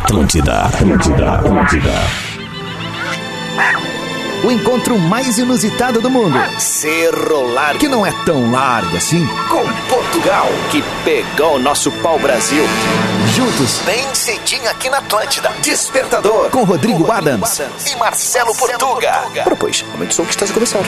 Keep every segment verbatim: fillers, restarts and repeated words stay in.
Atlântida, Atlântida, Atlântida. O encontro mais inusitado do mundo. Cerro Largo, que não é tão largo assim. Com Portugal, que pegou o nosso pau-brasil. Juntos, bem cedinho aqui na Atlântida. Despertador, com Rodrigo, com Rodrigo Adams. Adams e Marcelo, Marcelo Portuga. Portuga. Propôs, aumente o som que está a começar.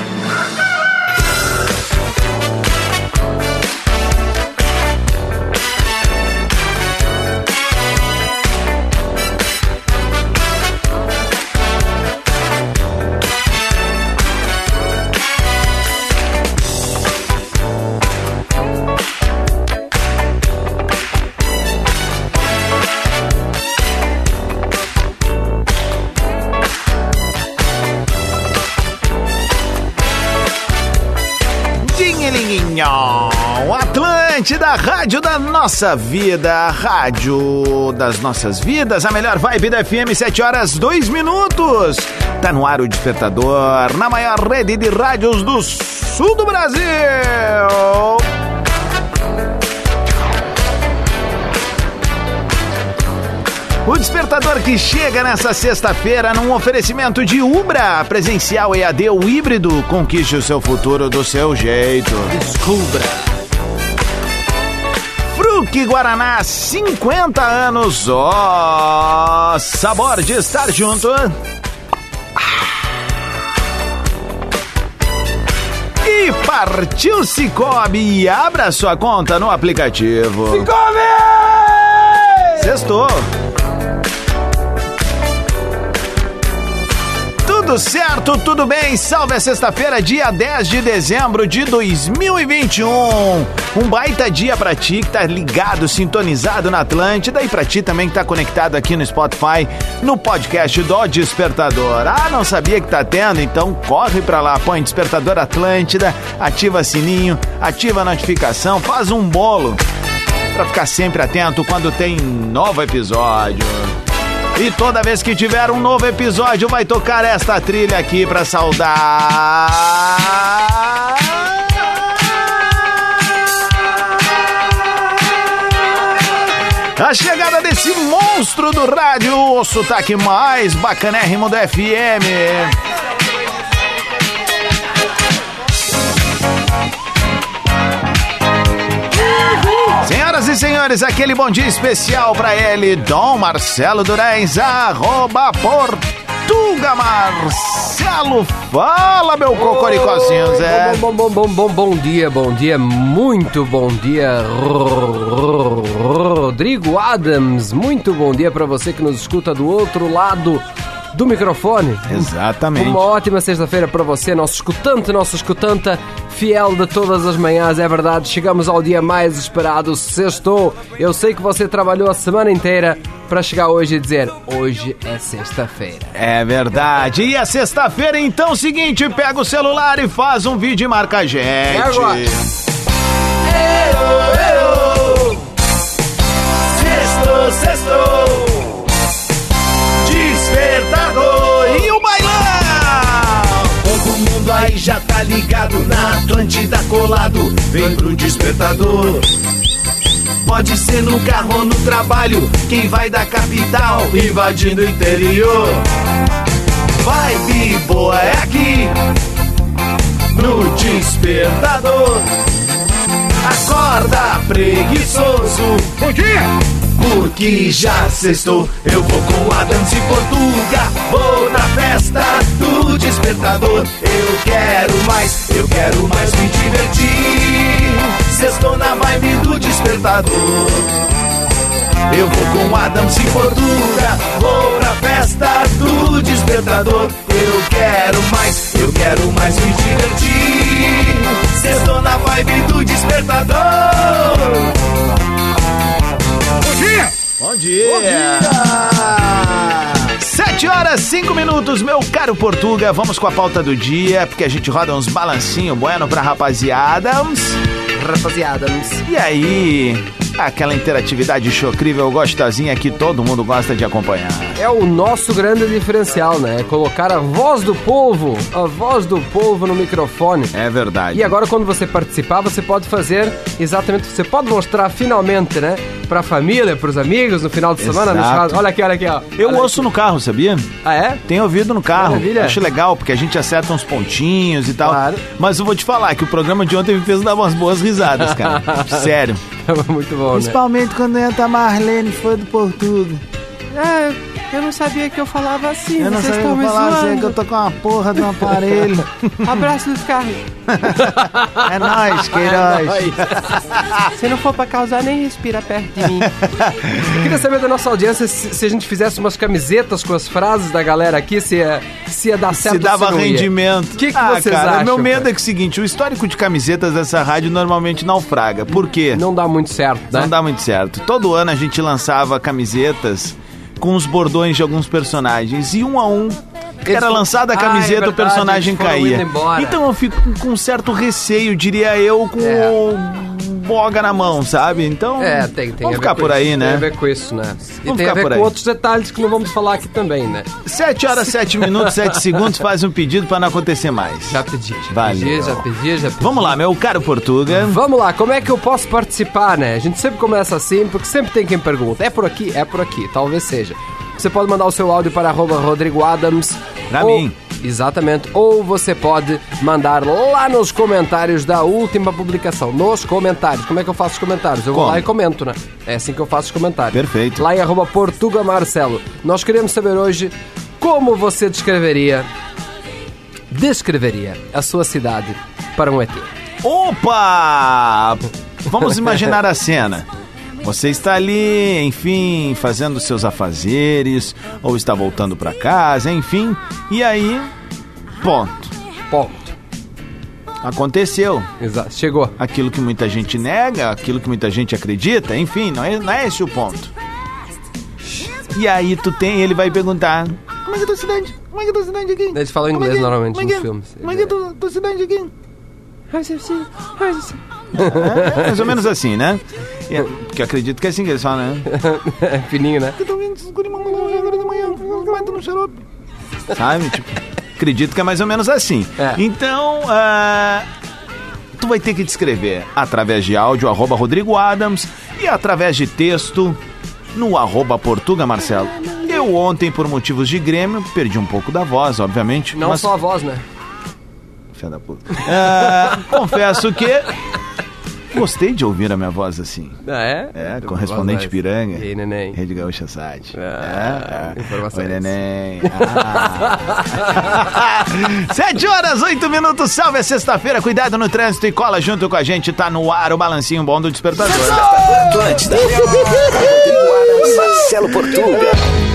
Atlântida, rádio da nossa vida, rádio das nossas vidas, a melhor vibe da F M, sete horas, dois minutos. Tá no ar o Despertador, na maior rede de rádios do sul do Brasil. O Despertador que chega nessa sexta-feira num oferecimento de Ubra, presencial E A D ou híbrido, conquiste o seu futuro do seu jeito. Descubra. Fruc Guaraná, cinquenta anos, ó, oh, sabor de estar junto. E partiu Cicobi e abra sua conta no aplicativo. Cicobi! Sextou. Tudo certo, tudo bem, salve a sexta-feira, dia dez de dezembro de dois mil e vinte e um. Um baita dia pra ti que tá ligado, sintonizado na Atlântida e pra ti também que tá conectado aqui no Spotify, no podcast do Despertador. Ah, não sabia que tá tendo? Então corre pra lá, põe Despertador Atlântida, ativa sininho, ativa a notificação, faz um bolo pra ficar sempre atento quando tem novo episódio. E toda vez que tiver um novo episódio vai tocar esta trilha aqui pra saudar. A chegada desse monstro do rádio, o sotaque mais bacanérrimo do F M. Senhoras e senhores, aquele bom dia especial pra ele, Dom Marcelo Durães, arroba Portuga Marcelo. Fala, meu cocoricozinho, Zé. Bom, bom, bom, bom, bom dia, bom dia, muito bom dia, Rodrigo Adams. Muito bom dia pra você que nos escuta do outro lado do microfone. Exatamente. Uma ótima sexta-feira para você, nosso escutante, nossa escutanta fiel de todas as manhãs. É verdade, chegamos ao dia mais esperado, sextou. Eu sei que você trabalhou a semana inteira para chegar hoje e dizer, hoje é sexta-feira. É verdade. E a sexta-feira, então, seguinte, pega o celular e faz um vídeo e marca a gente. É agora. Eo, eo. Sextou, sextou. Despertador e o bailão. Todo mundo aí já tá ligado, na Atlântida colado. Vem pro Despertador. Pode ser no carro ou no trabalho, quem vai da capital invadindo o interior. Vibe boa é aqui no Despertador. Acorda preguiçoso, Bom dia! porque já sextou. Eu vou com Adams e Portuga, vou na festa do Despertador. Eu quero mais, eu quero mais me divertir. Sextou na vibe do Despertador. Eu vou com Adams e Portuga, vou na festa do Despertador. Eu quero mais, eu quero mais me divertir. Sextou na vibe do Despertador. Bom dia! Bom dia! Bom dia! Sete horas, cinco minutos, meu caro Portuga. Vamos com a pauta do dia, porque a gente roda uns balancinho bueno pra rapaziada. Rapaziada. E aí, Aquela interatividade chocrível, gostosinha que todo mundo gosta de acompanhar. É o nosso grande diferencial, né? É colocar a voz do povo, a voz do povo no microfone. É verdade. E agora, quando você participar, você pode fazer exatamente, você pode mostrar finalmente, né? Pra família, pros amigos, no final de semana, no churrasco. Olha aqui, olha aqui, ó. Eu olha ouço aqui. no carro, sabia? Ah, é? Tenho ouvido no carro. Maravilha. Acho legal, porque a gente acerta uns pontinhos e tal. Claro. Mas eu vou te falar que o programa de ontem me fez dar umas boas risadas, cara. Sério. Muito bom, né? Principalmente quando entra a Marlene, foi do Portuga. Ah, eu não sabia que eu falava assim. Eu não sabia falar assim, que eu tô com uma porra de um aparelho. Abraço dos carros. É nóis, Queiroz. Se não for pra causar, nem respira perto de mim. Eu queria saber da nossa audiência se, se a gente fizesse umas camisetas com as frases da galera aqui, se ia, se ia dar certo. Se dava ou se não ia. rendimento. O que, que ah, vocês cara, acham? meu medo cara? é que é o seguinte, o histórico de camisetas dessa rádio normalmente naufraga. Por quê? Não dá muito certo, né? Não dá muito certo. Todo ano a gente lançava camisetas com os bordões de alguns personagens. E um a um era Eles- lançada a Ah, camiseta, é verdade, o personagem eles foram caía. indo embora. Então eu fico com um certo receio, diria eu, com É. o boga na mão, sabe? Então, É, tem, tem vamos a ver ficar com por isso, aí, Tem a né? ver com isso, né? E Vamos tem a ficar ver por com aí. outros detalhes que não vamos falar aqui também, né? Sete horas, sete minutos, sete segundos, faz um pedido pra não acontecer mais. Já pedi, já Valeu. pedi, já pedi, já pedi. Vamos lá, meu caro Portuga. Vamos lá, como é que eu posso participar, né? A gente sempre começa assim, porque sempre tem quem pergunta. É por aqui? É por aqui, talvez seja. Você pode mandar o seu áudio para arroba Rodrigo Adams. Pra ou- mim. Exatamente. Ou você pode mandar lá nos comentários da última publicação. Nos comentários. Como é que eu faço os comentários? Eu vou Como? lá e comento, né? É assim que eu faço os comentários. Perfeito. Lá em arroba Portuga Marcelo. Nós queremos saber hoje como você descreveria, descreveria a sua cidade para um E T. Opa! Vamos imaginar a cena. Você está ali, enfim, fazendo seus afazeres, ou está voltando para casa, enfim. E aí, ponto. Ponto. Aconteceu. Exato. Chegou. Aquilo que muita gente nega, aquilo que muita gente acredita, enfim, não é, não é esse o ponto. E aí tu tem, ele vai perguntar: como é que é a tua cidade? Como é que é a tua cidade aqui? Eles falam Como é inglês que é? normalmente Como é que nos é? filmes. Como é que é a tua, tua cidade aqui? É, É, mais ou menos assim, né? É, porque eu acredito que é assim que eles falam, né? é fininho, né? Eu tô vendo esses gurimão agora de manhã, mata no xarope. Sabe? Tipo, acredito que é mais ou menos assim. É. Então, ah, tu vai ter que descrever através de áudio, arroba Rodrigo Adams, e através de texto, no arroba Portuga Marcelo. Eu ontem, por motivos de Grêmio, perdi um pouco da voz, obviamente. Não mas... só a voz, né? Filha da puta. Ah, confesso que gostei de ouvir a minha voz assim. Ah, é? É, correspondente Piranga. E aí, neném? Rede Gaúcha Sat. Ah, é, é. informações. Oi, neném. Ah. Sete horas, oito minutos. Salve, é sexta-feira. Cuidado no trânsito e cola junto com a gente. Tá no ar o balancinho bom do despertador. Atlântida. Marcelo Portuga.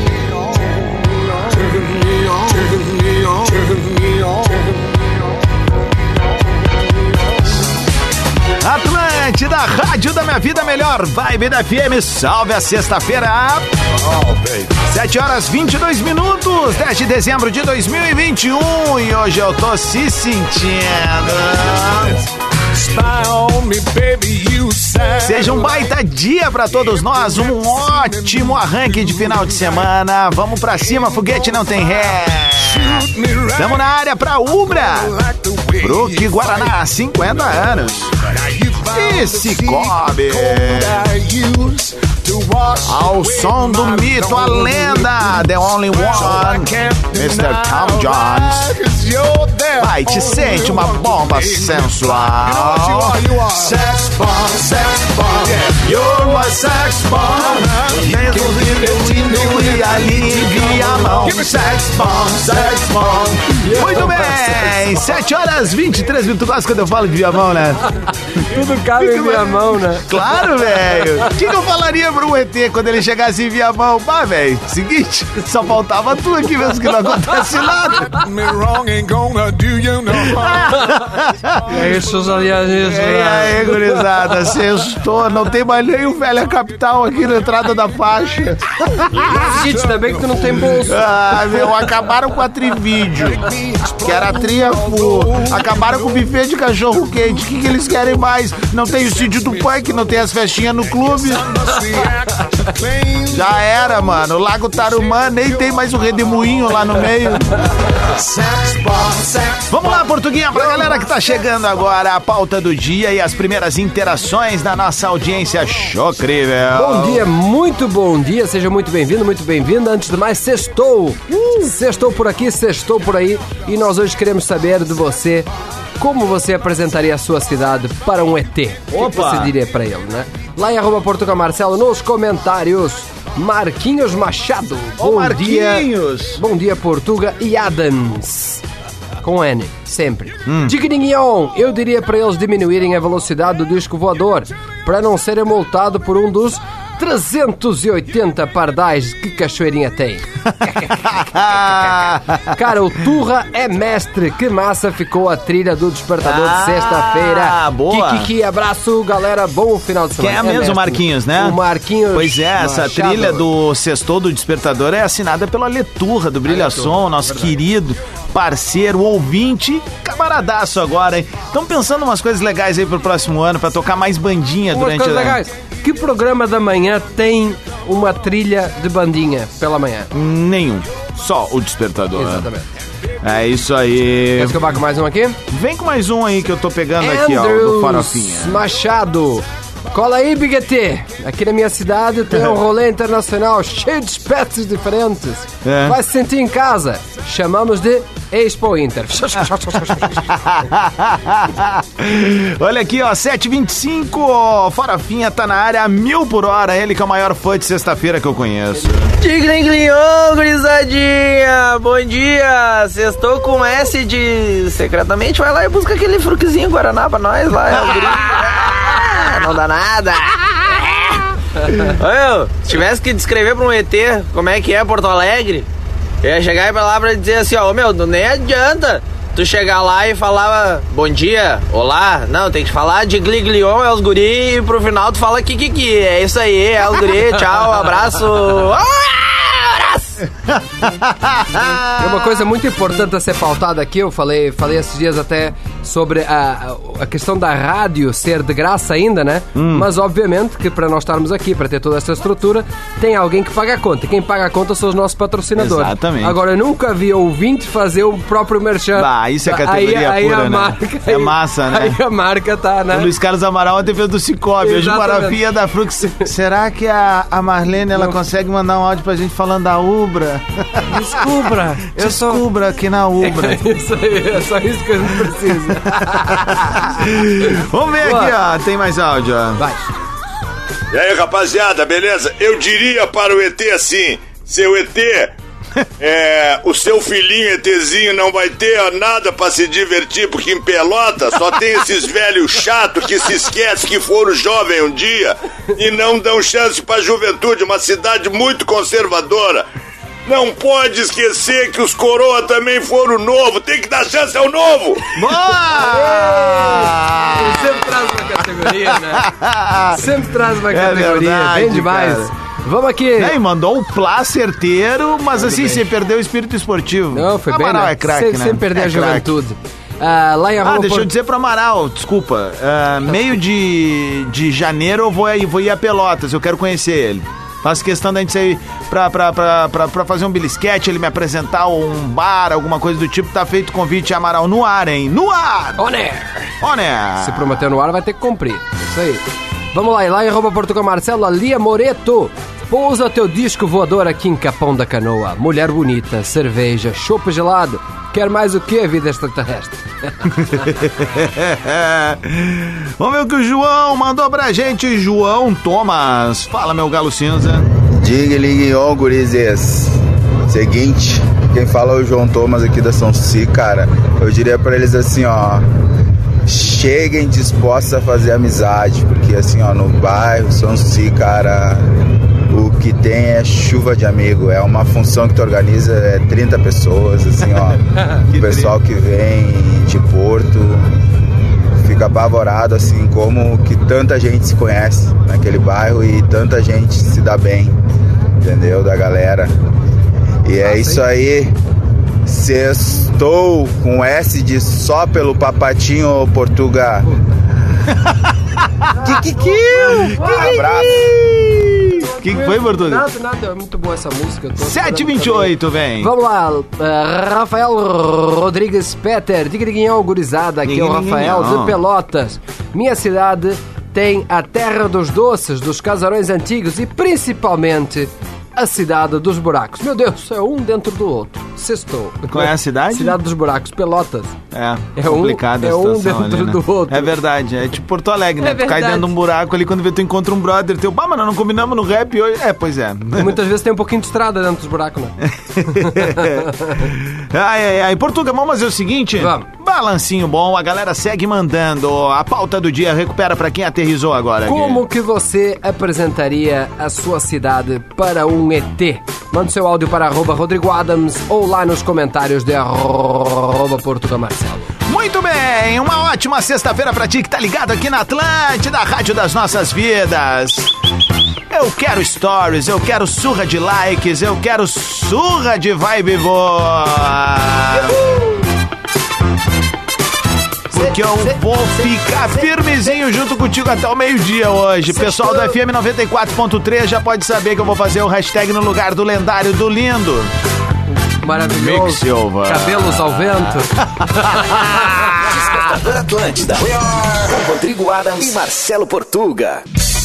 Atlântida, rádio da minha vida, melhor vibe da F M. Salve a sexta-feira. Sete horas, vinte e dois minutos, dez de dezembro de dois mil e vinte e um. E hoje eu tô se sentindo. Seja um baita dia pra todos nós, um ótimo arranque de final de semana. Vamos pra cima, foguete não tem ré. Tamo na área pra Ubra, Brook Guaraná, cinquenta anos. E Cicobi. Ao som do mito, a lenda, The Only One, mister Tom Jones. Vai, te sente uma bomba sensual. Sex bomb, sex bomb, you're my sex bomb. E alivia a mão. Sex bomb, sex bomb. Muito bem, sete horas, vinte e três minutos. Tu gosta quando eu falo de viamão, né? Tudo cabe em minha mão, né? Claro, velho. O que, que eu falaria pro E T quando ele chegasse em Viamão? Bah, velho, seguinte, só faltava tu aqui mesmo que não acontece nada. É isso, os aliados. E aí, gurizada, sextou, não tem mais nem o velho capital aqui na entrada da faixa. A gente Ainda bem que tu não tem bolso. Ah, meu, acabaram com a Trivídeo, que era a Tria Full. Acabaram com o buffet de cachorro quente. O que, que eles querem mais? Não tem o sítio do punk, não tem as festinhas no clube. Já era, mano. O Lago Tarumã nem tem mais o redemoinho lá no meio. Vamos lá, Portuguinha, pra galera que tá chegando agora, a pauta do dia e as primeiras interações da nossa audiência chocrível. Bom dia, muito bom dia, seja muito bem-vindo, muito bem-vinda. Antes de mais, sextou. Uh, sextou por aqui, sextou por aí. E nós hoje queremos saber de você como você apresentaria a sua cidade para um E T. O que você diria para ele, né? Lá em arroba Portugal Marcelo, nos comentários. Marquinhos Machado. Ô, bom Marquinhos. dia. Bom dia, Portuga e Adams. Com N, sempre. Hum. Digninhon, eu diria para eles diminuírem a velocidade do disco voador para não serem multados por um dos trezentos e oitenta pardais que Cachoeirinha tem. Cara, o Turra é mestre. Que massa ficou a trilha do Despertador ah, de sexta-feira. Boa. Kiki, abraço, galera. Bom final de semana. Que é, é mesmo, mestre. Marquinhos, né? O Marquinhos. Pois é, essa Machado. Trilha do Sextou do Despertador é assinada pela Leturra, do Brilha Som, nosso verdade. Querido parceiro, ouvinte, camaradaço agora, hein? Estão pensando umas coisas legais aí pro próximo ano, pra tocar mais bandinha umas durante coisas a... legais. Que programa da manhã tem uma trilha de bandinha pela manhã? Nenhum. Só o Despertador. Exatamente. É isso aí. Quer acabar com mais um aqui? Vem com mais um aí que eu tô pegando Andrews aqui, ó, do Farofinha. Machado. Cola aí, Biguetê. Aqui na minha cidade tem um rolê internacional cheio de espécies diferentes. É. Vai se sentir em casa. Chamamos de Expo Inter. Olha aqui, ó, sete e vinte e cinco, Farofinha tá na área a mil por hora. Ele que é o maior fã de sexta-feira que eu conheço. Tiglinglion, gurizadinha. Bom dia. Sextou com S de... Secretamente vai lá e busca aquele fruquezinho Guaraná pra nós lá. É o gringo. Não dá nada. Ô, se tivesse que descrever pra um E T como é que é Porto Alegre, eu ia chegar aí pra lá pra dizer assim, ó, meu, nem adianta tu chegar lá e falar bom dia, olá. Não, tem que falar de gliglion, é os guri, e pro final tu fala kikiki. É isso aí, é os guri, tchau, abraço. É uma coisa muito importante a ser pautada aqui. Eu falei, falei esses dias até sobre a, a questão da rádio ser de graça ainda, né? Hum. Mas obviamente que para nós estarmos aqui, para ter toda esta estrutura, tem alguém que paga a conta. E quem paga a conta são os nossos patrocinadores. Exatamente. Agora, eu nunca vi ouvinte fazer o próprio merchan. Ah, isso é categoria aí, pura, aí a né? marca, é aí, massa, né? Aí a marca tá, né? O Luiz Carlos Amaral ontem fez do Cicobi, hoje Parafia da Frux. Será que a, a Marlene, ela Não. consegue mandar um áudio pra gente falando da Ubra? Descubra! Eu Descubra aqui na Ubra. É isso aí, é só isso que a gente precisa. Vamos ver Boa. Aqui, ó. Tem mais áudio, ó. Vai. E aí, rapaziada, beleza? Eu diria para o E T assim, seu E T, é, o seu filhinho ETzinho não vai ter nada pra se divertir, porque em Pelota só tem esses velhos chatos que se esquecem que foram jovem um dia e não dão chance pra juventude, uma cidade muito conservadora. Não pode esquecer que os coroa também foram novo. Tem que dar chance ao novo. Boa! Ele sempre traz uma categoria, né? Sempre traz uma categoria. É verdade, bem demais. Cara. Vamos aqui. É, e mandou um plá certeiro, mas Muito assim, bem. Você perdeu o espírito esportivo. Não, foi Amaral bem, né? é craque, sem, né? Sem perder é a juventude. Ah, lá em ah deixa por... eu dizer pro Amaral, desculpa. Uh, meio de, de janeiro eu vou, vou ir a Pelotas, eu quero conhecer ele. Faço questão da gente sair pra, pra, pra, pra, pra fazer um belisquete, ele me apresentar um bar, alguma coisa do tipo. Tá feito o convite, Amaral, no ar, hein? No ar! On air! On air! Se prometer no ar, vai ter que cumprir. Isso aí. Vamos lá, e lá em arroba Portugal Marcelo, a Lia Moreto. Pousa teu disco voador aqui em Capão da Canoa. Mulher bonita, cerveja, chopp gelado. Quer mais o que, vida extraterrestre? Vamos ver o que o João mandou pra gente. João Thomas. Fala, meu galo cinza. Diga, ligue, ó, gurizes. Seguinte, quem fala é o João Thomas aqui da São Si, cara. Eu diria pra eles assim, ó. Cheguem dispostos a fazer amizade. Porque assim, ó, no bairro São Si, cara, o que tem é chuva de amigo. É uma função que tu organiza, é trinta pessoas, assim, ó. O pessoal que vem de Porto fica apavorado, assim, como que tanta gente se conhece naquele bairro e tanta gente se dá bem. entendeu? Da galera. E é isso aí. Sextou com S de só pelo papatinho, Portuga. Kikiki! Um abraço. O que, que foi, Portuga? Nada, nada, é muito boa essa música. sete e vinte e oito, vem. Vamos lá, uh, Rafael Rodrigues Peter, diga diguinhão, gurizada, aqui é o Rafael de Pelotas. Minha cidade tem a terra dos doces, dos casarões antigos e principalmente a cidade dos buracos. Meu Deus, é um dentro do outro. Sextou. Qual é a cidade? Cidade dos buracos, Pelotas. É, é complicada um, a situação é um dentro ali, né? do outro. É verdade, é tipo Porto Alegre, né? É Tu cai dentro de um buraco ali, quando vê tu encontra um brother teu. Bah, mas nós não combinamos no rap hoje. É, pois é. E muitas vezes tem um pouquinho de estrada dentro dos buracos, né? Ai, ai, ai. Portuga, vamos fazer o seguinte? Vamos. Balancinho bom, a galera segue mandando. A pauta do dia recupera pra quem aterrizou agora. Como aqui. que você apresentaria a sua cidade para um E T? Mande seu áudio para arroba Rodrigo Adams ou lá nos comentários de arroba Portuga Marcelo. Muito bem, uma ótima sexta-feira pra ti que tá ligado aqui na Atlântida, a rádio das nossas vidas. Eu quero stories, eu quero surra de likes, eu quero surra de vibe boa. Porque eu vou ficar firmezinho junto contigo até o meio-dia hoje. Pessoal do F M noventa e quatro ponto três já pode saber que eu vou fazer o hashtag no lugar do lendário do lindo. Maravilhoso. Mick Silva. Cabelos ao vento. Despertador Atlântida. Com Rodrigo Adams e Marcelo Portuga.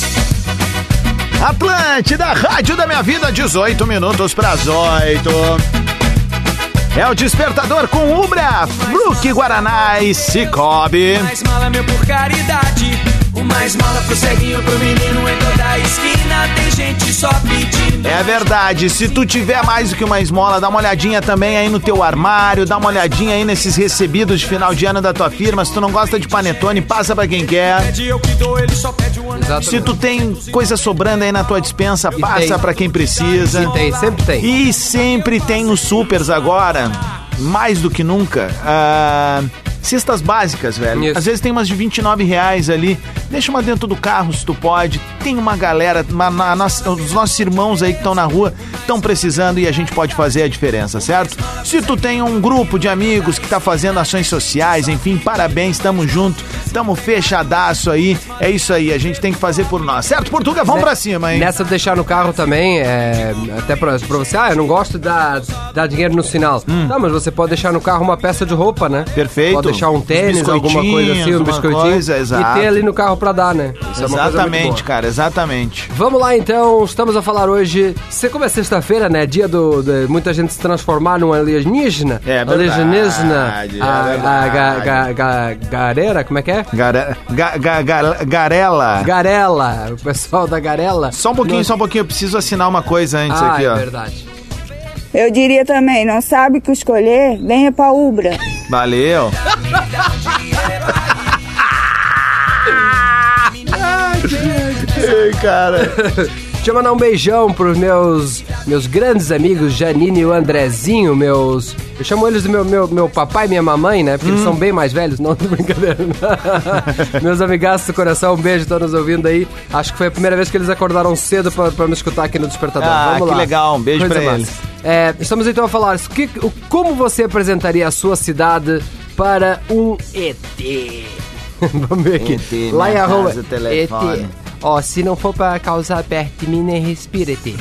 Atlântida, rádio da minha vida, dezoito minutos para as oito. É o Despertador com Ubra, Fruc, Guaraná e Cicobi. Mais mala, meu, por caridade. O mais mala pro ceguinho, pro menino em toda a esquina. Tem gente só pedindo. É verdade, se tu tiver mais do que uma esmola, dá uma olhadinha também aí no teu armário, dá uma olhadinha aí nesses recebidos de final de ano da tua firma. Se tu não gosta de panetone, passa pra quem quer. Pede eu que dou, ele só pede o ano. Se tu tem coisa sobrando aí na tua dispensa, passa tem. pra quem precisa. E tem, sempre tem. E sempre tem nos supers agora, mais do que nunca, ah, cestas básicas, velho. Isso. Às vezes tem umas de vinte e nove reais ali. Deixa uma dentro do carro se tu pode. Tem uma galera, uma, uma, nossa, os nossos irmãos aí que estão na rua estão precisando e a gente pode fazer a diferença, certo? Se tu tem um grupo de amigos que tá fazendo ações sociais, enfim, parabéns, tamo junto, tamo fechadaço aí. É isso aí, a gente tem que fazer por nós, certo? Portuga, vamos Ne- pra cima, hein? Nessa de deixar no carro também, é, até pra, pra você, ah, eu não gosto de dar, dar dinheiro no sinal. Hum. Tá, mas você pode deixar no carro uma peça de roupa, né? Perfeito. Pode deixar um Uns tênis, alguma coisa assim, um biscoitinhos, uma biscoitinho. coisa, exato. E ter ali no carro pra dar, né? Isso é uma coisa muito Exatamente, boa. cara, exatamente. Vamos lá então, estamos a falar hoje. Se como é sexta-feira, né? Dia do, de muita gente se transformar num alienígena. É verdade, Alienígena. é a, a verdade. ga, ga, ga, garera, como é que é? Gare... Ga, ga, ga, garela. Garela. O pessoal da Garela. Só um pouquinho, Não- só um pouquinho. Eu preciso assinar uma coisa antes Ah, aqui, é ó. verdade. Eu diria também, não sabe o que escolher? Venha pra Ubra. Valeu. Ei, cara. Deixa eu mandar um beijão pros meus, meus grandes amigos Janine e o Andrezinho, meus... Eu chamo eles do meu, meu, meu papai e minha mamãe, né? Porque Hum. eles são bem mais velhos, não, tô brincadeira. Meus amigaços do coração, um beijo, estão nos ouvindo aí. Acho que foi a primeira vez que eles acordaram cedo pra, pra me escutar aqui no Despertador. Ah, Vamos que lá. legal, um beijo Coisa pra massa. eles. É, estamos então a falar, o que, o, como você apresentaria a sua cidade para um E T? Vamos ver aqui. E T Lá em na arroba casa, telefone. E T. Ó, se não for pra causar perto de mim, nem respira, E T.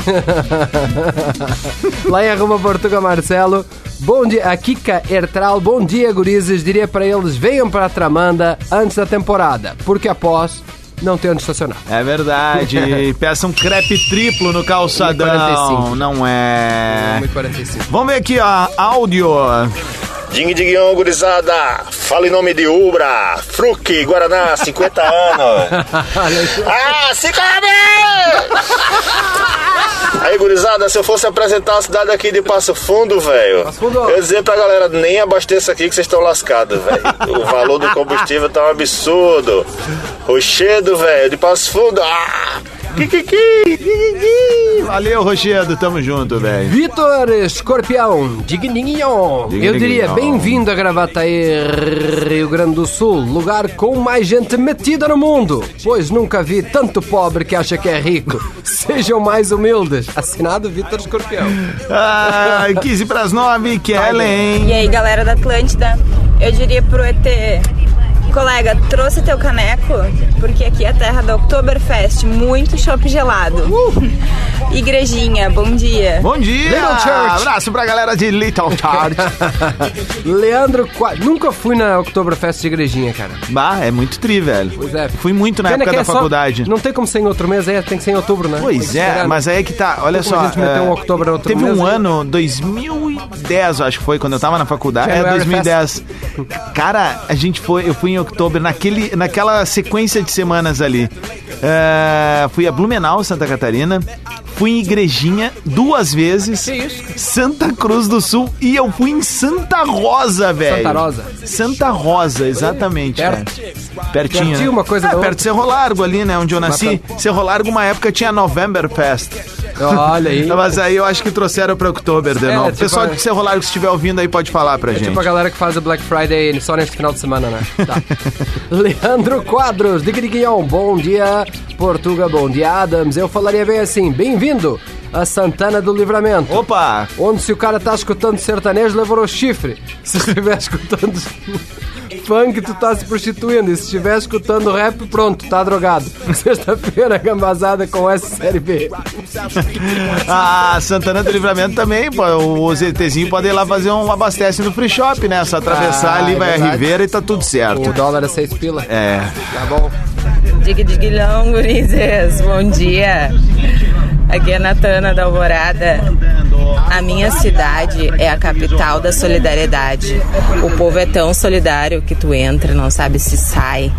Lá em arroba Portuga Marcelo. Bom dia, a Kika Ertral. Bom dia, gurizes. Diria pra eles, venham pra Tramanda antes da temporada, porque após não tem onde estacionar. É verdade. Peça um crepe triplo no calçadão. um e quarenta e cinco. Não é. um e quarenta e cinco. Vamos ver aqui, ó. Áudio. Ding diguinho, gurizada, fala em nome de Ubra, Fruc, Guaraná, cinquenta anos. Ah, se cabe! Aí, gurizada, se eu fosse apresentar a cidade aqui de Passo Fundo, velho, Passo Fundo. eu ia dizer pra galera, nem abasteça aqui que vocês estão lascados, velho. O valor do combustível tá um absurdo. Rochedo, velho, de Passo Fundo, ah! Valeu, Rochedo, tamo junto, velho. Vitor Escorpião, digninho. Eu diria, bem-vindo a Gravataí, Rio Grande do Sul, lugar com mais gente metida no mundo, pois nunca vi tanto pobre que acha que é rico. Sejam mais humildes. Assinado Vitor Escorpião. Ah, quinze para as nove, Kellen. E aí, galera da Atlântida, eu diria pro E T... Colega, trouxe teu caneco? Porque aqui é a terra da Oktoberfest, muito chopp gelado. Uh! Igrejinha, bom dia. Bom dia! Little Church. Abraço pra galera de Little Church. Leandro, nunca fui na Oktoberfest de Igrejinha, cara. Bah, é muito tri, velho. Pois é. Fui muito na Pena época da é só, faculdade. Não tem como ser em outro mês, é, tem que ser em outubro, né? Pois é, esperar, mas aí é que tá, olha como só. A gente meteu é, um outubro, outro teve mês, um aí. ano, dois mil e dez, acho que foi, quando eu tava na faculdade. É, January dois mil e dez. Cara, a gente foi, eu fui em outubro, naquele, naquela sequência de semanas ali. É, fui a Blumenau, Santa Catarina. Fui em Igrejinha duas vezes. Que isso? Santa Cruz do Sul. E eu fui em Santa Rosa, velho. Santa Rosa. Santa Rosa, exatamente. Perto. Cara. Pertinho. Pertinho, né? uma coisa é, da outra. perto de Cerro Largo ali, né? Onde eu nasci. Bacana. Cerro Largo, uma época, tinha Novemberfest. Olha aí. Mas aí eu acho que trouxeram pra Oktober de É, novo. tipo Pessoal a- de Cerro Largo, se estiver ouvindo aí, pode falar pra É gente. tipo a galera que faz o Black Friday só neste final de semana, né? Tá. Leandro Quadros, Digriguião, bom dia. Portuga, bom dia. Adams, eu falaria bem assim, bem-vindo a Santana do Livramento. Opa! Onde se o cara tá escutando sertanejo, levou o chifre. Se estiver escutando funk, tu tá se prostituindo. E se estiver escutando rap, pronto, tá drogado. Sexta-feira, gambazada com S Série B. Ah, Santana do Livramento também, pô, o ZTzinho pode ir lá fazer um abastece no free shop, né? Só atravessar Ah, ali, é vai a verdade. Ribeira e tá tudo certo. O dólar é seis pila. É. Tá bom. Dig Digilhão, gurizes, bom dia. Aqui é a Natana da Alvorada. A minha cidade é a capital da solidariedade. O povo é tão solidário que tu entra e não sabe se sai.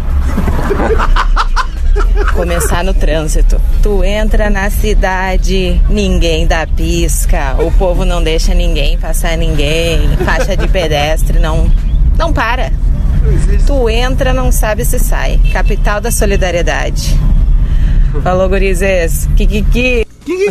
Começar no trânsito. Tu entra na cidade, ninguém dá pisca, o povo não deixa ninguém passar ninguém, faixa de pedestre não, não para. Tu entra, não sabe se sai. Capital da solidariedade. Falou, gurizes. Kikiki.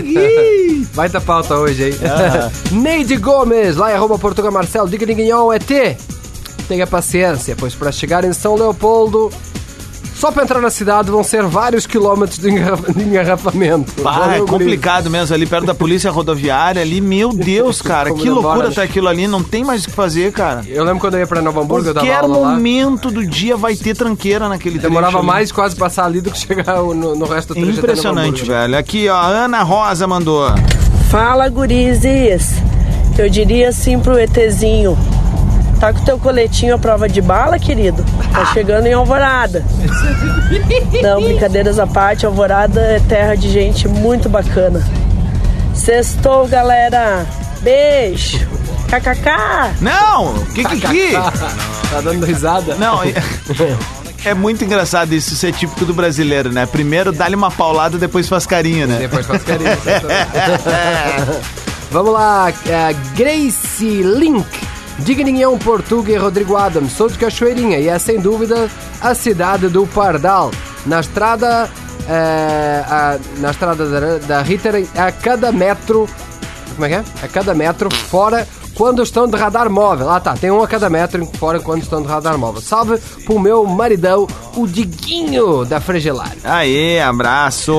Vai da pauta hoje, hein? Neide Gomes, lá em arroba Portugal Marcelo, diga ninguém E T. Tenha paciência, pois para chegar em São Leopoldo, só para entrar na cidade vão ser vários quilômetros de, engarra- de engarrafamento. Pá, é Valeu, guri. complicado mesmo, ali perto da polícia rodoviária, ali, meu Deus, cara, Como que demora, loucura né? tá aquilo ali, não tem mais o que fazer, cara. Eu lembro quando eu ia pra Nova Hamburgo, eu dava Qualquer aula lá. momento do dia vai ter tranqueira naquele trecho Demorava ali. mais quase passar ali do que chegar no, no resto do É trecho até impressionante, Nova Hamburgo. velho. Aqui, ó, a Ana Rosa mandou. Fala, gurizes. Eu diria assim pro ETzinho: tá com teu coletinho à prova de bala, querido? Tá chegando em Alvorada. Não, brincadeiras à parte, Alvorada é terra de gente muito bacana. Sextou, galera. Beijo. Kkk. Não! Que que que? Tá dando risada? Não, é, é muito engraçado isso ser típico do brasileiro, né? Primeiro dá-lhe uma paulada, depois faz carinho, né? Depois faz carinho. exatamente. Vamos lá, é, Grace Link. Digninhão Portuga e Rodrigo Adams. Sou de Cachoeirinha e é sem dúvida a cidade do Pardal. Na estrada, é, a- na estrada da, da Ritter, a cada metro. Como é que é? A cada metro fora quando estão de radar móvel. Ah tá, tem um a cada metro fora quando estão de radar móvel. Salve pro meu maridão, o Diguinho da Fregelária. Aê, abraço!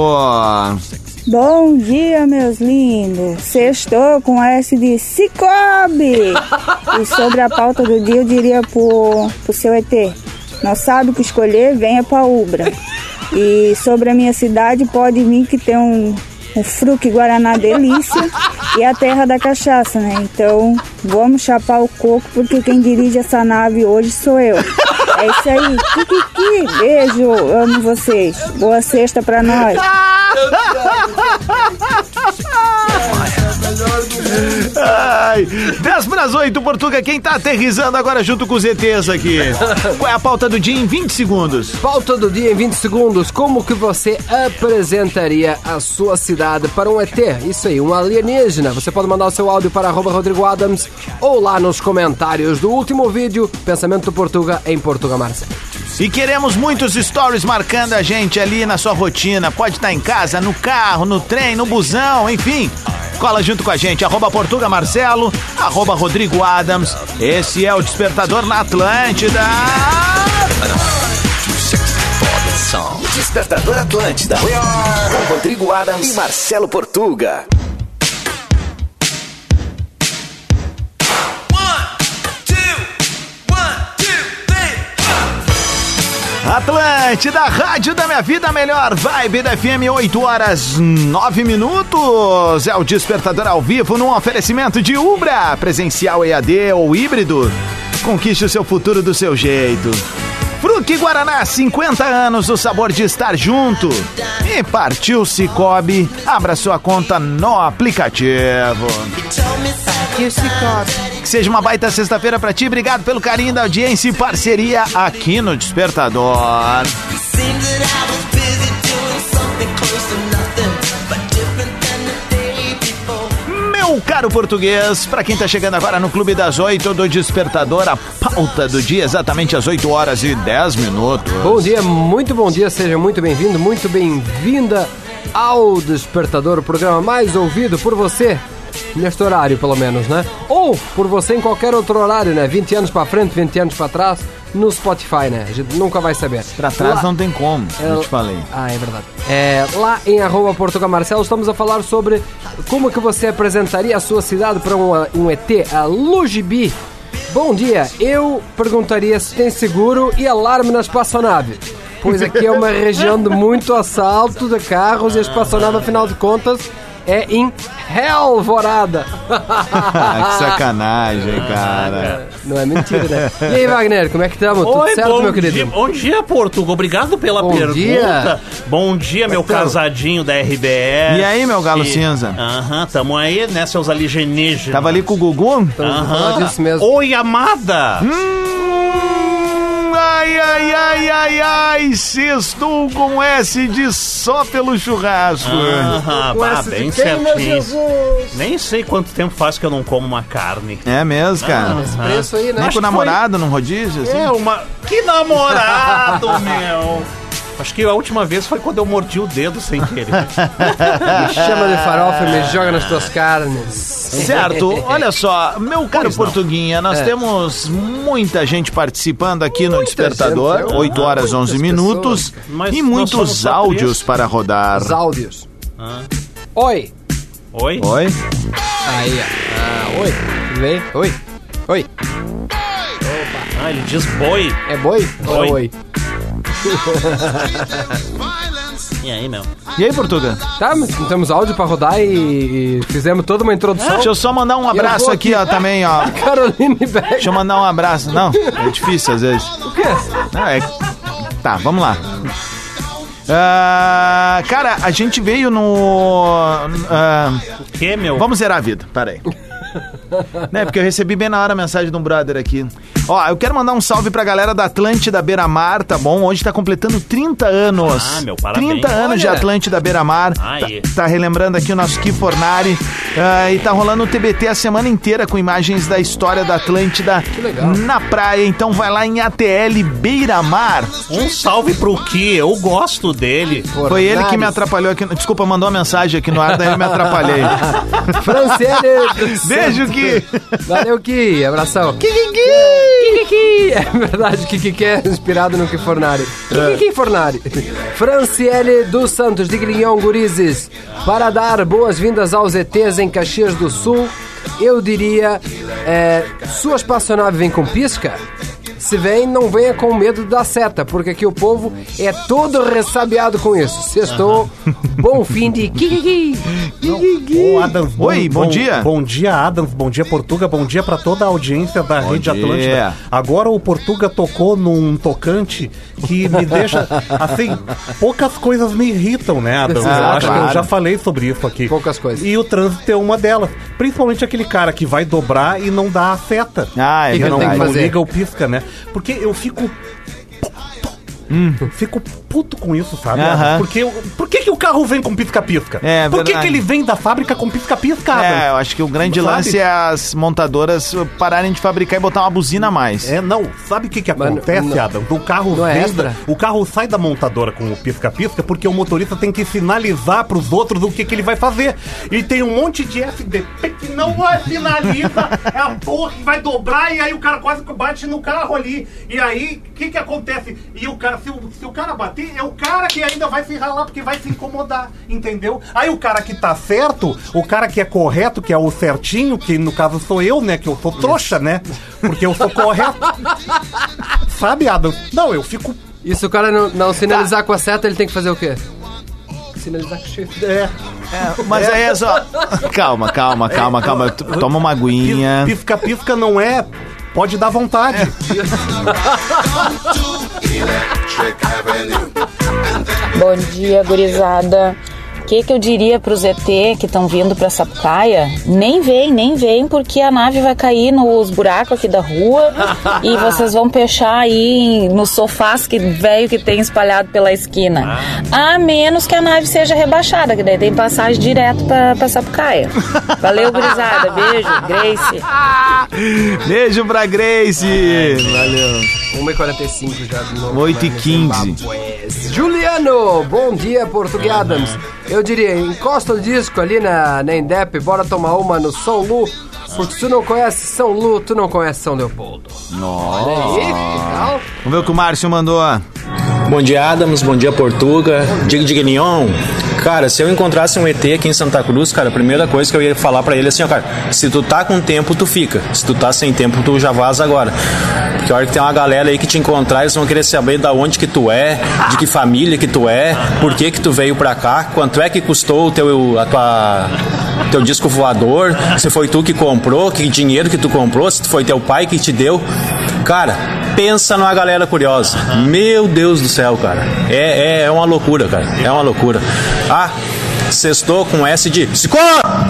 Bom dia, meus lindos. Sextou com S de Cicobi. E sobre a pauta do dia, eu diria pro, pro seu E T: não sabe o que escolher, venha pra Ubra. E sobre a minha cidade, pode vir que tem um, um Fruc Guaraná delícia e a terra da cachaça, né? Então, vamos chapar o coco, porque quem dirige essa nave hoje sou eu. É isso aí. Kikiki. Beijo. Amo vocês. Boa sexta pra nós. Ai, dez para as oito, Portuga, quem tá aterrissando agora junto com os E Tês aqui? Qual é a pauta do dia em vinte segundos? Pauta do dia em vinte segundos. Como que você apresentaria a sua cidade para um E T? Isso aí, um alienígena. Você pode mandar o seu áudio para arroba Rodrigo Adams ou lá nos comentários do último vídeo, Pensamento do Portuga em Portuga Marcelo. E queremos muitos stories marcando a gente ali na sua rotina. Pode estar em casa, no carro, no trem, no busão, enfim. Cola junto com a gente, arroba Portuga Marcelo, arroba Rodrigo Adams. Esse é o Despertador na Atlântida. Despertador Atlântida. Com Rodrigo Adams e Marcelo Portuga. Atlântida, rádio da minha vida, melhor vibe da F M, oito horas nove minutos. É o Despertador ao vivo num oferecimento de Ubra, presencial E A D ou híbrido. Conquiste o seu futuro do seu jeito. Fruque Guaraná, cinquenta anos, o sabor de estar junto. E partiu Cicobi, abra sua conta no aplicativo. Partiu Cicobi. Que seja uma baita sexta-feira pra ti, obrigado pelo carinho da audiência e parceria aqui no Despertador. Meu caro português, pra quem tá chegando agora no Clube das Oito do Despertador, a pauta do dia exatamente às oito horas e dez minutos. Bom dia, muito bom dia, seja muito bem-vindo, muito bem-vinda ao Despertador, o programa mais ouvido por você. Neste horário, pelo menos, né? Ou por você em qualquer outro horário, né? vinte anos pra frente, vinte anos pra trás, no Spotify, né? A gente nunca vai saber. Pra trás lá, não tem como, é, eu te falei. Ah, é verdade. É, lá em arroba Portuga Marcelo, estamos a falar sobre como que você apresentaria a sua cidade para um, um E T, a Lujibi. Bom dia, eu perguntaria se tem seguro e alarme na espaçonaves, pois aqui é uma região de muito assalto de carros e a espaçonave, afinal de contas, é em Alvorada. Que sacanagem, cara. Não é mentira, né? E aí, Wagner, como é que estamos? Tudo Oi, certo, bom meu querido? Dia, bom dia, Portugal. Obrigado pela bom pergunta. Dia. Bom dia, meu então, casadinho da R B S. E aí, meu galo e... cinza? Aham, tamo aí, né, seus alienígenas. Tava ali com o Gugu? Aham. Disso mesmo. Oi, amada. Hum... Ai, ai, ai, ai, ai, sextou com S de só pelo churrasco. Ah, bah, bem certinho. Nem sei quanto tempo faz que eu não como uma carne. É mesmo, cara? Ah, esse preço aí, né? Nem com o namorado, foi... num rodízio, assim? É, uma... Que namorado, meu! Acho que a última vez foi quando eu mordi o dedo sem querer. Me chama de farofa e me joga nas tuas carnes. Certo, olha só, meu caro Portuguinha, nós é. temos muita gente participando aqui muita no Despertador, gente, oito horas, onze minutos, e muitos áudios para rodar. Os áudios. Ah. Oi. Oi. Oi. Aí, ah, oi. Tudo bem? Oi. Oi. Opa. Ah, ele diz boi. É boi? Oi. Oi. E aí, meu? E aí, Portuga? Tá, temos áudio pra rodar e, e fizemos toda uma introdução. É, deixa eu só mandar um abraço aqui, aqui, ó, também, ó. Caroline Beck. Deixa eu mandar um abraço. Não, é difícil às vezes. O quê? Não, é... Tá, vamos lá. Uh, cara, a gente veio no... Uh... O quê, meu? Vamos zerar a vida, peraí. Né, porque eu recebi bem na hora a mensagem de um brother aqui. Ó, eu quero mandar um salve pra galera da Atlântida Beira-Mar, tá bom? Hoje tá completando trinta anos. Ah, meu, parabéns. trinta anos Olha. de Atlântida Beira-Mar. Tá, tá relembrando aqui o nosso Ki Fornari. Uh, e tá rolando o T B T a semana inteira com imagens da história da Atlântida na praia. Então vai lá em A T L Beira-Mar. Um salve pro Ki, eu gosto dele. Fornari. Foi ele que me atrapalhou aqui. Desculpa, mandou uma mensagem aqui no ar, daí eu me atrapalhei. Franciele. Beijo, Ki. Valeu, Ki. Abração. Kikiki. Kikiki. É verdade, Kikiki é inspirado no Ki Fornari. Kikiki Fornari. Franciele dos Santos, de Guilhão Gurizes. Para dar boas-vindas aos E Tês em Caxias do Sul, eu diria, é, sua espaçonave vem com pisca? Se vem, não venha com medo da seta, porque aqui o povo é todo ressabiado com isso. Sextou, uhum. Bom fim de Kikiki. Ô, Adams, bom, Oi, bom, bom dia. Bom dia, Adams, bom dia, Portuga, bom dia pra toda a audiência da bom Rede dia. Atlântida. Agora o Portuga tocou num tocante que me deixa, assim, poucas coisas me irritam, né, Adams? Ah, eu acho claro. que eu já falei sobre isso aqui. Poucas coisas. E o trânsito é uma delas. Principalmente aquele cara que vai dobrar e não dá a seta. Ah, é que verdade. não, não liga ou pisca, né? Porque eu fico... Hum. Fico puto com isso, sabe? Aham. Porque por que, que o carro vem com pisca-pisca? É, por que, verdade. que ele vem da fábrica com pisca-pisca? É, eu acho que o grande Sabe? lance é as montadoras pararem de fabricar e botar uma buzina a mais. É, não, sabe o que que acontece, não- Adam? O carro não é vem extra? da- o carro sai da montadora com o pisca-pisca porque o motorista tem que sinalizar pros outros o que que ele vai fazer. E tem um monte de F D P que não vai sinaliza, é a porra que vai dobrar e aí o cara quase que bate no carro ali. E aí, o que que acontece? E o cara, se o, se o cara bater, é o cara que ainda vai se ralar porque vai se incomodar, entendeu? Aí o cara que tá certo, o cara que é correto, que é o certinho, que no caso sou eu, né, que eu sou trouxa, né? Porque eu sou correto. Sabe, Adam? Não, eu fico... E se o cara não, não sinalizar com a seta, ele tem que fazer o quê? Sinalizar com o chifre. É. Mas aí é só... Calma, calma, calma, calma. T- Toma uma aguinha. Pisca-pisca não é... Pode dar vontade. Bom dia, gurizada. O que, que eu diria pros E T que estão vindo pra Sapucaia? Nem vem, nem vem, porque a nave vai cair nos buracos aqui da rua e vocês vão fechar aí nos sofás que velho que tem espalhado pela esquina. A menos que a nave seja rebaixada, que daí tem passagem direto pra, pra Sapucaia. Valeu, gurizada. Beijo, Grace. Beijo pra Grace. Valeu. uma e quarenta e cinco já de novo. oito e quinze. Juliano, bom dia, Português Adams. Eu diria, encosta o disco ali na, na Indep, bora tomar uma no São Lu, porque se tu não conhece São Lu, tu não conhece São Leopoldo. Nossa. Olha aí, que legal. Vamos ver o que o Márcio mandou. Bom dia, Adams. Bom dia, Portuga. Dig Dig Lignon. Cara, se eu encontrasse um E T aqui em Santa Cruz, cara, a primeira coisa que eu ia falar pra ele é assim, ó, cara, se tu tá com tempo, tu fica. Se tu tá sem tempo, tu já vaza agora. Porque a hora que tem uma galera aí que te encontrar, eles vão querer saber da onde que tu é, de que família que tu é, por que que tu veio pra cá, quanto é que custou o teu, a tua, teu disco voador, se foi tu que comprou, que dinheiro que tu comprou, se foi teu pai que te deu. Cara, pensa numa galera curiosa. Meu Deus do céu, cara. É, é, é uma loucura, cara. É uma loucura. Ah, sextou com S de Psicó!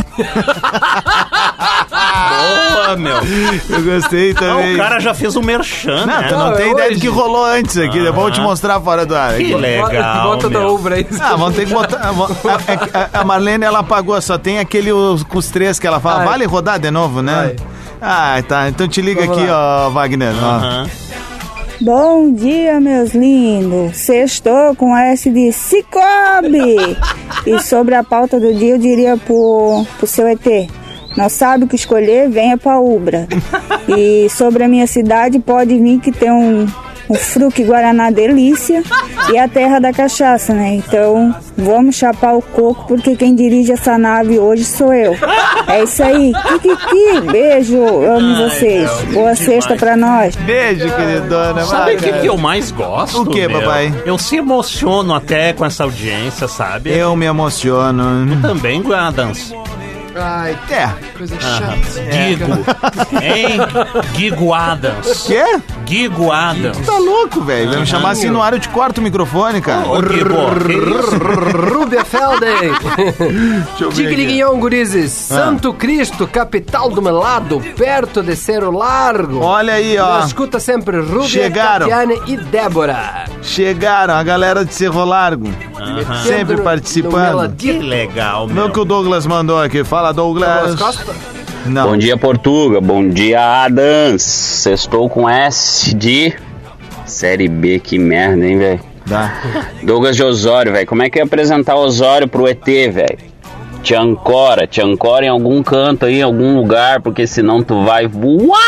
Boa, meu. Eu gostei também. Não, o cara já fez o merchan, Não, né? tu não Não, tem é ideia hoje. do que rolou antes aqui. Depois eu vou te mostrar fora do ar. Que legal, Bota da meu. Ubra aí. Ah, vamos ter que botar. A, a- a Marlene, ela apagou, só tem aquele os, com os três que ela fala. Ai. Vale rodar de novo, né? Vai. Ah, tá. Então te liga Vamos aqui, lá. ó, Wagner. ó. Aham. Bom dia, meus lindos. Sextou com S de Cicobi. E sobre a pauta do dia, eu diria pro, pro seu E T. Não sabe o que escolher, venha pra Ubra. E sobre a minha cidade, pode vir que tem um, um Fruque Guaraná delícia e a terra da cachaça, né? Então, vamos chapar o coco, porque quem dirige essa nave hoje sou eu. É isso aí. Kikiki, beijo, amo vocês. Boa sexta pra nós. Beijo, queridona. Sabe o que, Vai, que eu mais gosto? O que, meu? papai? Eu se emociono até com essa audiência, sabe? Eu me emociono. Também, Adams. Ai, É. coisa chata. Gigo. Hein? Gigo Adams. Quê? Gigo Adams. Tá louco, velho. Vai me chamar assim no ar, eu te corto o microfone, cara. Ô, Gigo, que isso? Rubia Felden. Deixa eu ver aqui. Tigriguinhão, gurizes. Santo Cristo, capital do melado, perto de Cerro Largo. Olha aí, ó. Nos escuta sempre Rubia, Chegaram. Tatiane e Débora. Chegaram a galera de Cerro Largo. Sempre Metendo no- participando. no meladito. Que legal, Não meu. que o Douglas mandou aqui. Fala, Douglas. Douglas Costa. Não. Bom dia, Portuga. Bom dia, Adams. Sextou com S de Série B. Que merda, hein, velho? Dá. Douglas de Osório, velho. Como é que ia apresentar Osório pro E T, velho? Te ancora, te ancora em algum canto aí, em algum lugar, porque senão tu vai voar!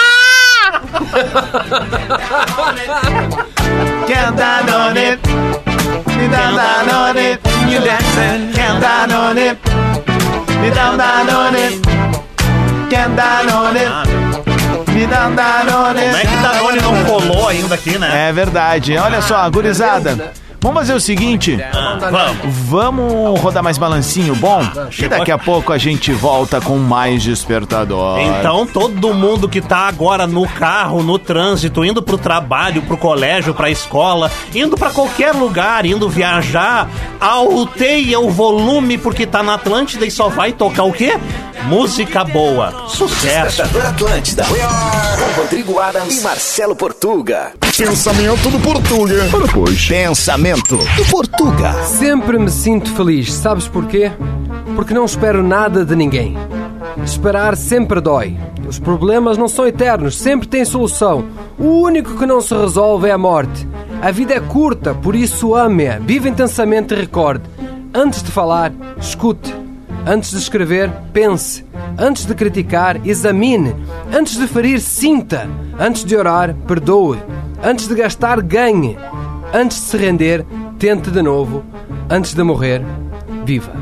Can't down on it. Me down down on it. You dancing. Can't down on it. Me down down on it. Can't down on it. Me down down on it. Como é que Danone não colou ainda aqui, né? É verdade. Olha só, gurizada. Vamos fazer o seguinte. Ah, vamos. Vamos rodar mais balancinho bom? E daqui a pouco a gente volta com mais Despertador. Então, todo mundo que tá agora no carro, no trânsito, indo pro trabalho, pro colégio, pra escola, indo pra qualquer lugar, indo viajar, alteia o volume porque tá na Atlântida e só vai tocar o quê? música boa. Sucesso. Despertador Atlântida. Com Rodrigo Adams e Marcelo Portuga. Pensamento do Portuga. Ora pois. Pensamento do Portuga. Sempre me sinto feliz. Sabes porquê? Porque não espero nada de ninguém. Esperar sempre dói. Os problemas não são eternos, sempre têm solução. O único que não se resolve é a morte. A vida é curta, por isso ame-a. Viva intensamente e recorde. Antes de falar, escute. Antes de escrever, pense. Antes de criticar, examine. Antes de ferir, sinta. Antes de orar, perdoe. Antes de gastar, ganhe. Antes de se render, tente de novo. Antes de morrer, viva.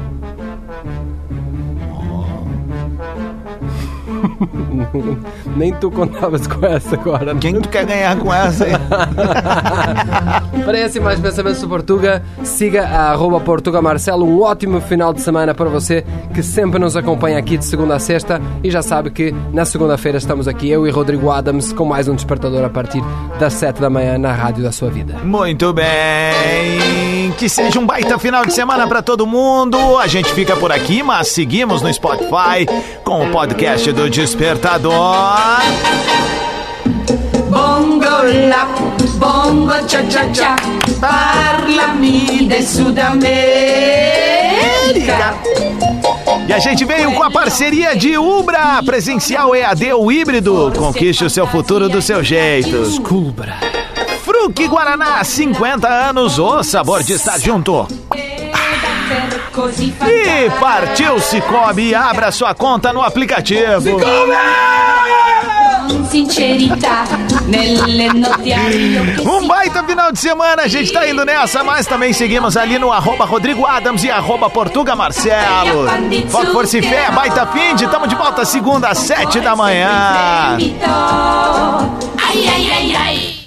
Nem tu contavas com essa agora. Quem tu quer ganhar com essa aí? Para esse e mais pensamentos do Portuga, siga a arroba Portuga Marcelo. Um ótimo final de semana para você que sempre nos acompanha aqui de segunda a sexta. E já sabe que na segunda-feira estamos aqui, eu e Rodrigo Adams, com mais um despertador a partir das sete da manhã na rádio da sua vida. Muito bem. Que seja um baita final de semana para todo mundo. A gente fica por aqui, mas seguimos no Spotify com o podcast do Despertador. Bongo la, bongo cha cha cha, parlami de Sudamérica. E a gente veio com a parceria de Ubra, presencial E A D ou híbrido. Conquiste o seu futuro do seu jeito. Ubra. Fruc Guaraná, cinquenta anos, o sabor de estar junto. E partiu Cicobi, abra sua conta no aplicativo. Um baita final de semana, a gente tá indo nessa, mas também seguimos ali no arroba Rodrigo Adams e arroba Portuga Marcelo. Foco, força e fé, baita fim de, tamo de volta segunda às sete da manhã. Ai, ai, ai, ai.